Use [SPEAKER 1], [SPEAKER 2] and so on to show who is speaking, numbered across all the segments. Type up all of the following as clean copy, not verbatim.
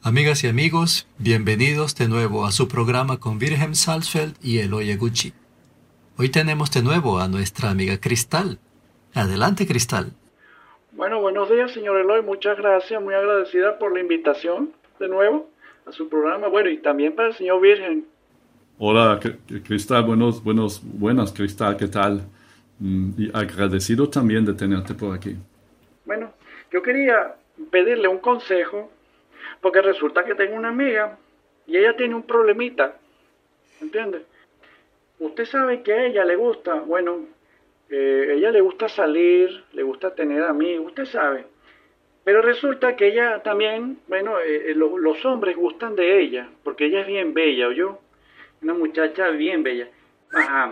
[SPEAKER 1] Amigas y amigos, bienvenidos de nuevo a su programa con Wilhelm Salzfeld y Eloy Eguchi. Hoy tenemos de nuevo a nuestra amiga Cristal. Adelante, Cristal.
[SPEAKER 2] Bueno, buenos días, señor Eloy. Muchas gracias, muy agradecida por la invitación de nuevo a su programa. Bueno, y también para el señor Virgen.
[SPEAKER 3] Hola, Cristal, buenas, Cristal, ¿qué tal? Y agradecido también de tenerte por aquí.
[SPEAKER 2] Bueno, yo quería pedirle un consejo, porque resulta que tengo una amiga y ella tiene un problemita, ¿entiende? Usted sabe que a ella le gusta, bueno, ella le gusta salir, le gusta tener amigos, usted sabe. Pero resulta que ella también, bueno, los hombres gustan de ella, porque ella es bien bella, ¿oyó? Una muchacha bien bella. Ajá.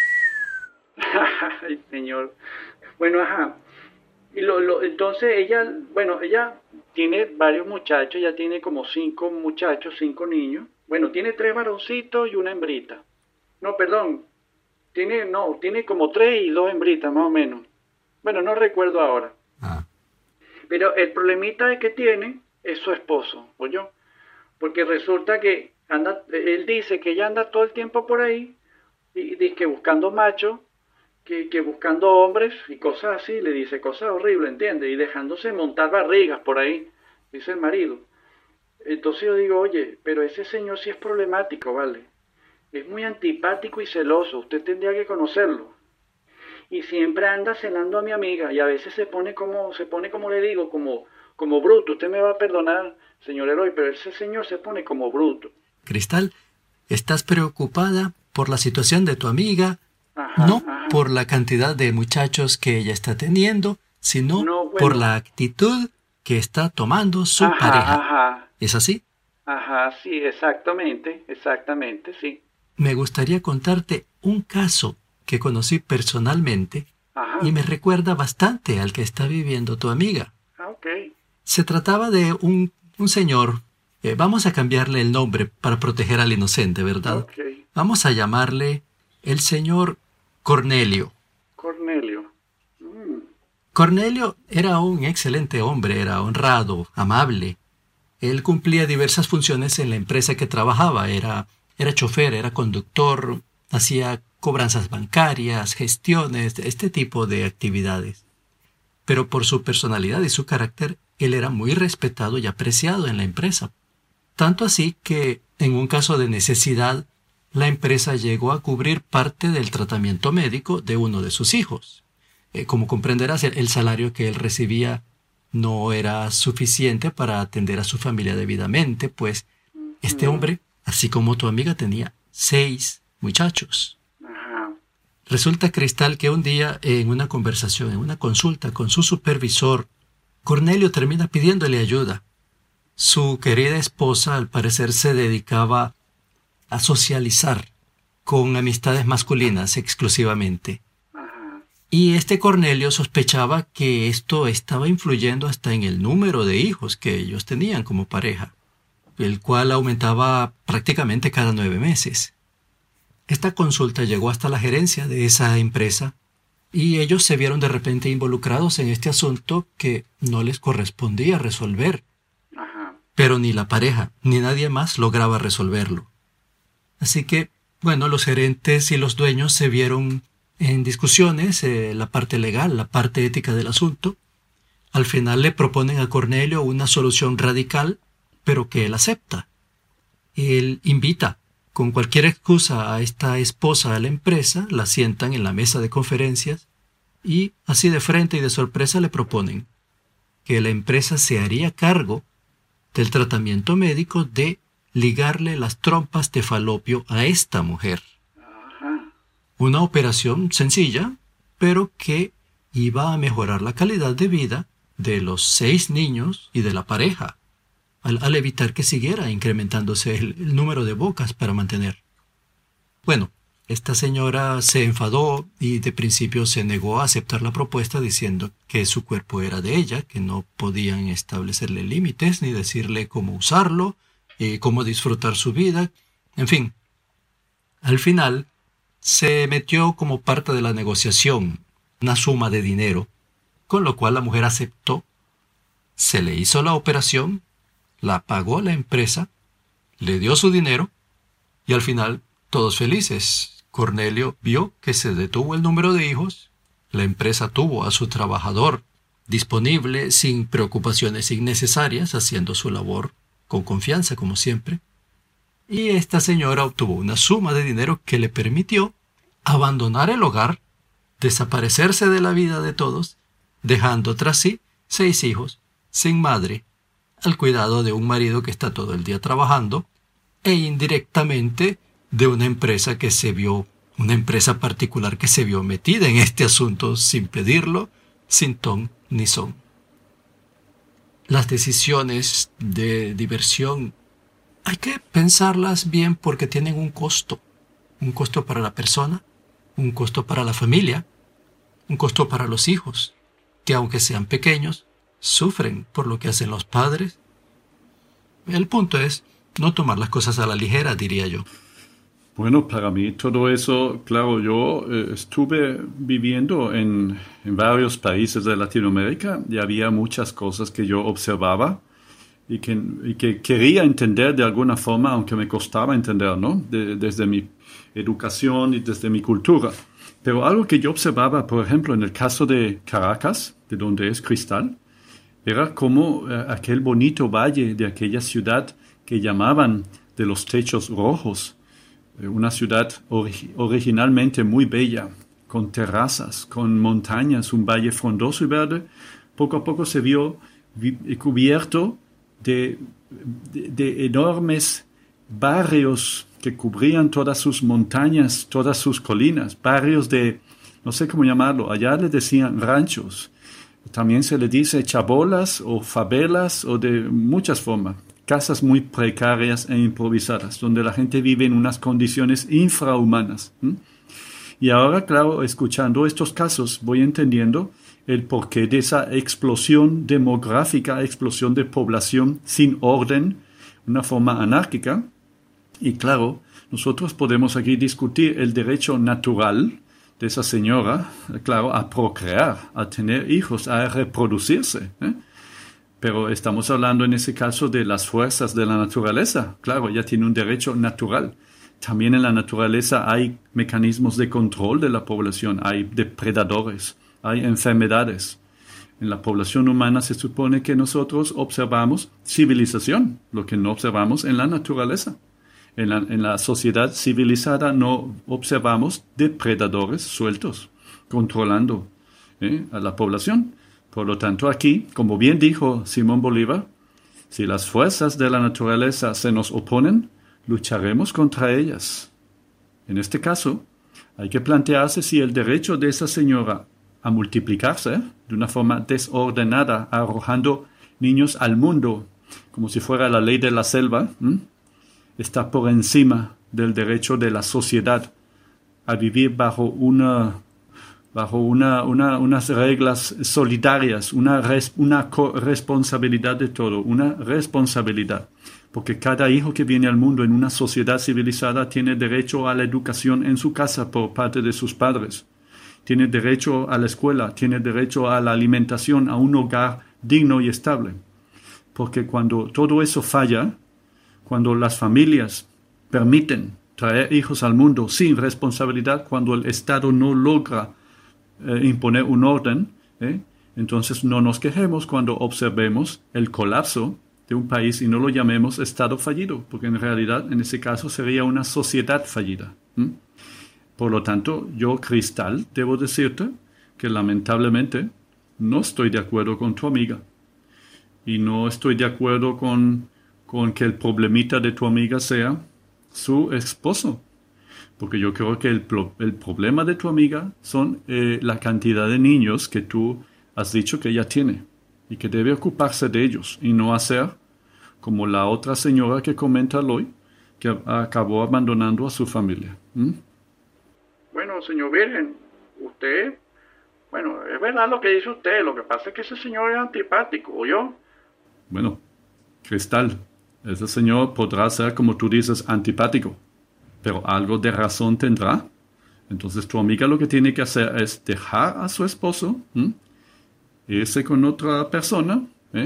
[SPEAKER 2] Ay, señor. Bueno, ajá. Y entonces ella, bueno, ella tiene varios muchachos, ya tiene como 5 muchachos, 5 niños. Bueno, tiene 3 varoncitos y una hembrita. No, perdón, tiene como 3 y 2 hembritas, más o menos. Bueno, no recuerdo ahora. Pero el problemita que tiene es su esposo, ¿oyó? Porque resulta que él dice que ella anda todo el tiempo por ahí, y dice que buscando machos, que buscando hombres y cosas así, le dice cosas horribles, ¿entiendes? Y dejándose montar barrigas por ahí, dice el marido. Entonces yo digo, oye, pero ese señor sí es problemático, ¿vale? Es muy antipático y celoso, usted tendría que conocerlo. Y siempre anda celando a mi amiga, y a veces se pone como le digo, como bruto. Usted me va a perdonar, señor Eloy, pero ese señor se pone como bruto.
[SPEAKER 1] Cristal, ¿estás preocupada por la situación de tu amiga? No por la cantidad de muchachos que ella está teniendo, sino por la actitud que está tomando su pareja. ¿Es así?
[SPEAKER 2] Ajá, sí, exactamente, sí.
[SPEAKER 1] Me gustaría contarte un caso que conocí personalmente y me recuerda bastante al que está viviendo tu amiga. Se trataba de un señor, vamos a cambiarle el nombre para proteger al inocente, ¿verdad? Vamos a llamarle el señor Cornelio. Cornelio era un excelente hombre, era honrado, amable. Él cumplía diversas funciones en la empresa que trabajaba, era chofer, era conductor, hacía cobranzas bancarias, gestiones, este tipo de actividades. Pero por su personalidad y su carácter, él era muy respetado y apreciado en la empresa. Tanto así que, en un caso de necesidad, la empresa llegó a cubrir parte del tratamiento médico de uno de sus hijos. Como comprenderás, el salario que él recibía no era suficiente para atender a su familia debidamente, pues este hombre, así como tu amiga, tenía 6 muchachos. Resulta, Cristal, que un día en una conversación, en una consulta con su supervisor, Cornelio termina pidiéndole ayuda. Su querida esposa, al parecer, se dedicaba a socializar con amistades masculinas exclusivamente. Y este Cornelio sospechaba que esto estaba influyendo hasta en el número de hijos que ellos tenían como pareja, el cual aumentaba prácticamente cada 9 meses. Esta consulta llegó hasta la gerencia de esa empresa y ellos se vieron de repente involucrados en este asunto que no les correspondía resolver. Pero ni la pareja ni nadie más lograba resolverlo. Así que, bueno, los gerentes y los dueños se vieron en discusiones, la parte legal, la parte ética del asunto. Al final le proponen a Cornelio una solución radical, pero que él acepta. Él invita con cualquier excusa a esta esposa a la empresa, la sientan en la mesa de conferencias y así de frente y de sorpresa le proponen que la empresa se haría cargo del tratamiento médico de ligarle las trompas de falopio a esta mujer. Una operación sencilla, pero que iba a mejorar la calidad de vida de los 6 niños y de la pareja, al evitar que siguiera incrementándose el número de bocas para mantener. Bueno, esta señora se enfadó y de principio se negó a aceptar la propuesta diciendo que su cuerpo era de ella, que no podían establecerle límites ni decirle cómo usarlo y cómo disfrutar su vida. En fin, al final se metió como parte de la negociación una suma de dinero, con lo cual la mujer aceptó, se le hizo la operación la pagó la empresa, le dio su dinero y al final todos felices. Cornelio vio que se detuvo el número de hijos, la empresa tuvo a su trabajador disponible sin preocupaciones innecesarias, haciendo su labor con confianza como siempre, y esta señora obtuvo una suma de dinero que le permitió abandonar el hogar, desaparecerse de la vida de todos, dejando tras sí 6 hijos, sin madre, al cuidado de un marido que está todo el día trabajando, e indirectamente de una empresa particular que se vio metida en este asunto sin pedirlo, sin ton ni son. Las decisiones de diversión hay que pensarlas bien porque tienen un costo para la persona, un costo para la familia, un costo para los hijos, que aunque sean pequeños, sufren por lo que hacen los padres. El punto es no tomar las cosas a la ligera, diría yo.
[SPEAKER 3] Bueno, para mí todo eso, claro, yo estuve viviendo en varios países de Latinoamérica y había muchas cosas que yo observaba y que quería entender de alguna forma, aunque me costaba entender, ¿no? Desde mi educación y desde mi cultura. Pero algo que yo observaba, por ejemplo, en el caso de Caracas, de donde es Cristal, era como aquel bonito valle de aquella ciudad que llamaban de los techos rojos, una ciudad originalmente muy bella, con terrazas, con montañas, un valle frondoso y verde, poco a poco se vio cubierto de enormes barrios que cubrían todas sus montañas, todas sus colinas, barrios de, no sé cómo llamarlo, allá le decían ranchos, también se le dice chabolas o favelas o de muchas formas. Casas muy precarias e improvisadas, donde la gente vive en unas condiciones infrahumanas. Y ahora, claro, escuchando estos casos, voy entendiendo el porqué de esa explosión demográfica, explosión de población sin orden, una forma anárquica. Y claro, nosotros podemos aquí discutir el derecho natural de esa señora, claro, a procrear, a tener hijos, a reproducirse, Pero estamos hablando en ese caso de las fuerzas de la naturaleza. Claro, ella tiene un derecho natural. También en la naturaleza hay mecanismos de control de la población, hay depredadores, hay enfermedades. En la población humana se supone que nosotros observamos civilización, lo que no observamos en la naturaleza. En la sociedad civilizada no observamos depredadores sueltos, controlando a la población. Por lo tanto, aquí, como bien dijo Simón Bolívar, si las fuerzas de la naturaleza se nos oponen, lucharemos contra ellas. En este caso, hay que plantearse si el derecho de esa señora a multiplicarse de una forma desordenada, arrojando niños al mundo, como si fuera la ley de la selva, está por encima del derecho de la sociedad a vivir bajo unas reglas solidarias, una corresponsabilidad de todo, una responsabilidad. Porque cada hijo que viene al mundo en una sociedad civilizada tiene derecho a la educación en su casa por parte de sus padres. Tiene derecho a la escuela, tiene derecho a la alimentación, a un hogar digno y estable. Porque cuando todo eso falla, cuando las familias permiten traer hijos al mundo sin responsabilidad, cuando el Estado no logra imponer un orden, entonces no nos quejemos cuando observemos el colapso de un país y no lo llamemos Estado fallido, porque en realidad en ese caso sería una sociedad fallida. Por lo tanto, yo, Cristal, debo decirte que lamentablemente no estoy de acuerdo con tu amiga y no estoy de acuerdo con que el problemita de tu amiga sea su esposo. Porque yo creo que el problema de tu amiga son la cantidad de niños que tú has dicho que ella tiene y que debe ocuparse de ellos y no hacer como la otra señora que comenta hoy, que acabó abandonando a su familia.
[SPEAKER 2] Bueno, señor Virgen, usted, bueno, es verdad lo que dice usted, lo que pasa es que ese señor es antipático, ¿oyó?
[SPEAKER 3] Bueno, Cristal, ese señor podrá ser, como tú dices, antipático, pero algo de razón tendrá. Entonces tu amiga lo que tiene que hacer es dejar a su esposo, irse con otra persona,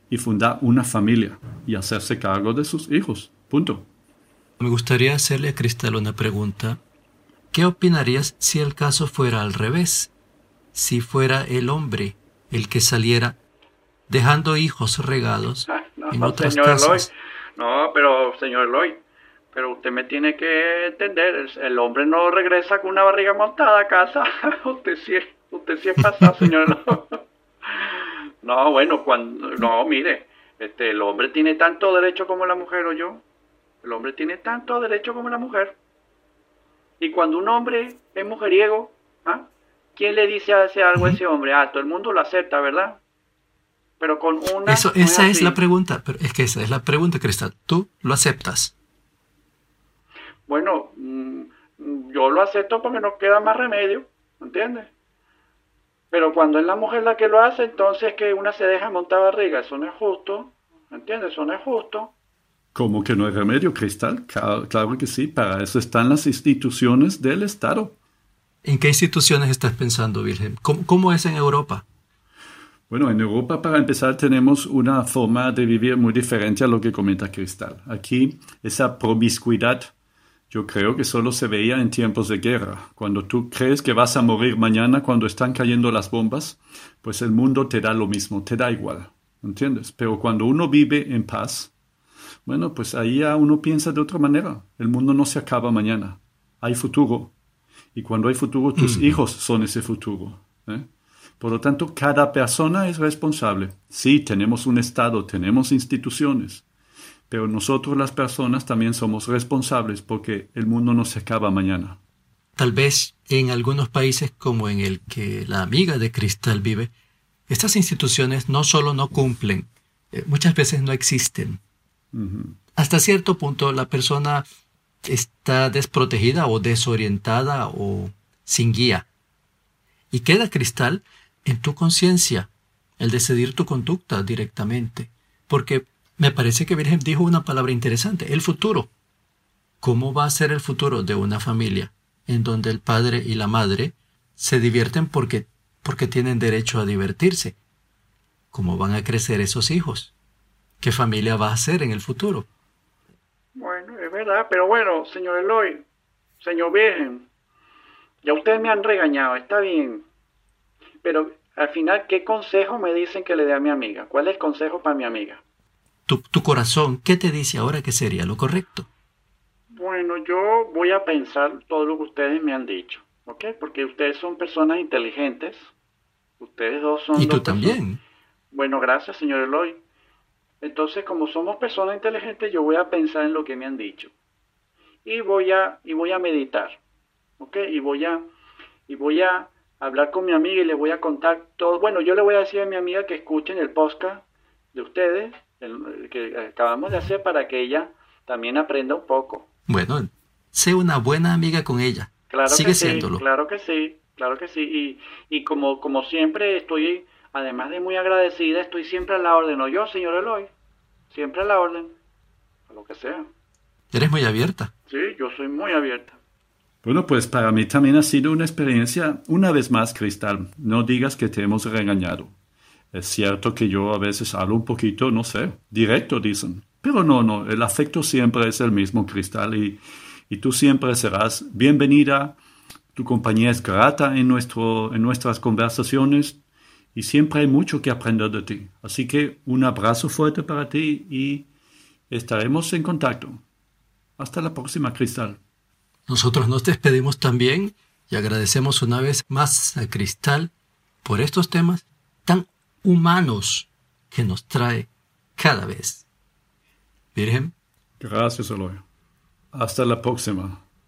[SPEAKER 3] y fundar una familia y hacerse cargo de sus hijos. Punto.
[SPEAKER 1] Me gustaría hacerle a Cristal una pregunta. ¿Qué opinarías si el caso fuera al revés? Si fuera el hombre el que saliera dejando hijos regados en otras casas.
[SPEAKER 2] No, pero señor Eloy, pero usted me tiene que entender, el hombre no regresa con una barriga montada a casa. usted sí es pasado, señor Eloy. No, bueno, mire, el hombre tiene tanto derecho como la mujer, o yo. El hombre tiene tanto derecho como la mujer. Y cuando un hombre es mujeriego, ¿ah? ¿Quién le dice algo a ese hombre? Todo el mundo lo acepta, ¿verdad? Pero con una...
[SPEAKER 1] Esa es la pregunta, pero es que esa es la pregunta, Cristal. ¿Tú lo aceptas?
[SPEAKER 2] Bueno, yo lo acepto porque no queda más remedio, ¿entiendes? Pero cuando es la mujer la que lo hace, entonces que una se deja montar barriga, eso no es justo, ¿entiendes? Eso no es justo.
[SPEAKER 3] ¿Cómo que no hay remedio, Cristal? Claro que sí, para eso están las instituciones del Estado.
[SPEAKER 1] ¿En qué instituciones estás pensando, Virgen? ¿Cómo es en Europa?
[SPEAKER 3] Bueno, en Europa, para empezar, tenemos una forma de vivir muy diferente a lo que comenta Cristal. Aquí, esa promiscuidad, yo creo que solo se veía en tiempos de guerra. Cuando tú crees que vas a morir mañana cuando están cayendo las bombas, pues el mundo te da lo mismo, te da igual, ¿entiendes? Pero cuando uno vive en paz, bueno, pues ahí ya uno piensa de otra manera. El mundo no se acaba mañana. Hay futuro. Y cuando hay futuro, tus hijos son ese futuro, ¿eh? Por lo tanto, cada persona es responsable. Sí, tenemos un Estado, tenemos instituciones, pero nosotros las personas también somos responsables porque el mundo no se acaba mañana.
[SPEAKER 1] Tal vez en algunos países como en el que la amiga de Cristal vive, estas instituciones no solo no cumplen, muchas veces no existen. Hasta cierto punto la persona está desprotegida o desorientada o sin guía. Y queda, Cristal, en tu conciencia el decidir tu conducta directamente. Porque me parece que Virgen dijo una palabra interesante, el futuro. ¿Cómo va a ser el futuro de una familia en donde el padre y la madre se divierten porque tienen derecho a divertirse? ¿Cómo van a crecer esos hijos? ¿Qué familia va a ser en el futuro?
[SPEAKER 2] Bueno, es verdad, pero bueno, señor Eloy, señor Virgen, ya ustedes me han regañado, está bien. Pero al final, ¿qué consejo me dicen que le dé a mi amiga? ¿Cuál es el consejo para mi amiga?
[SPEAKER 1] Tu corazón, ¿qué te dice ahora que sería lo correcto?
[SPEAKER 2] Bueno, yo voy a pensar todo lo que ustedes me han dicho, ¿ok? Porque ustedes son personas inteligentes. Ustedes dos son...
[SPEAKER 1] Y tú también.
[SPEAKER 2] Bueno, gracias, señor Eloy. Entonces, como somos personas inteligentes, yo voy a pensar en lo que me han dicho. Y voy a meditar, ¿ok? Y voy a hablar con mi amiga y le voy a contar todo. Bueno, yo le voy a decir a mi amiga que escuchen el podcast de ustedes, el que acabamos de hacer, para que ella también aprenda un poco.
[SPEAKER 1] Bueno, sé una buena amiga con ella.
[SPEAKER 2] Claro
[SPEAKER 1] Sigue
[SPEAKER 2] que sí,
[SPEAKER 1] siéndolo.
[SPEAKER 2] claro que sí, claro que sí. Y como siempre estoy, además de muy agradecida, estoy siempre a la orden. ¿O yo, señor Eloy? Siempre a la orden, a lo que sea.
[SPEAKER 1] Eres muy abierta.
[SPEAKER 2] Sí, yo soy muy abierta.
[SPEAKER 3] Bueno, pues para mí también ha sido una experiencia, una vez más, Cristal. No digas que te hemos regañado. Es cierto que yo a veces hablo un poquito, no sé, directo, dicen. Pero no, el afecto siempre es el mismo, Cristal, y tú siempre serás bienvenida. Tu compañía es grata en nuestras conversaciones y siempre hay mucho que aprender de ti. Así que un abrazo fuerte para ti y estaremos en contacto. Hasta la próxima, Cristal.
[SPEAKER 1] Nosotros nos despedimos también y agradecemos una vez más a Cristal por estos temas tan humanos que nos trae cada vez. Virgen.
[SPEAKER 3] Gracias, Eloy. Hasta la próxima.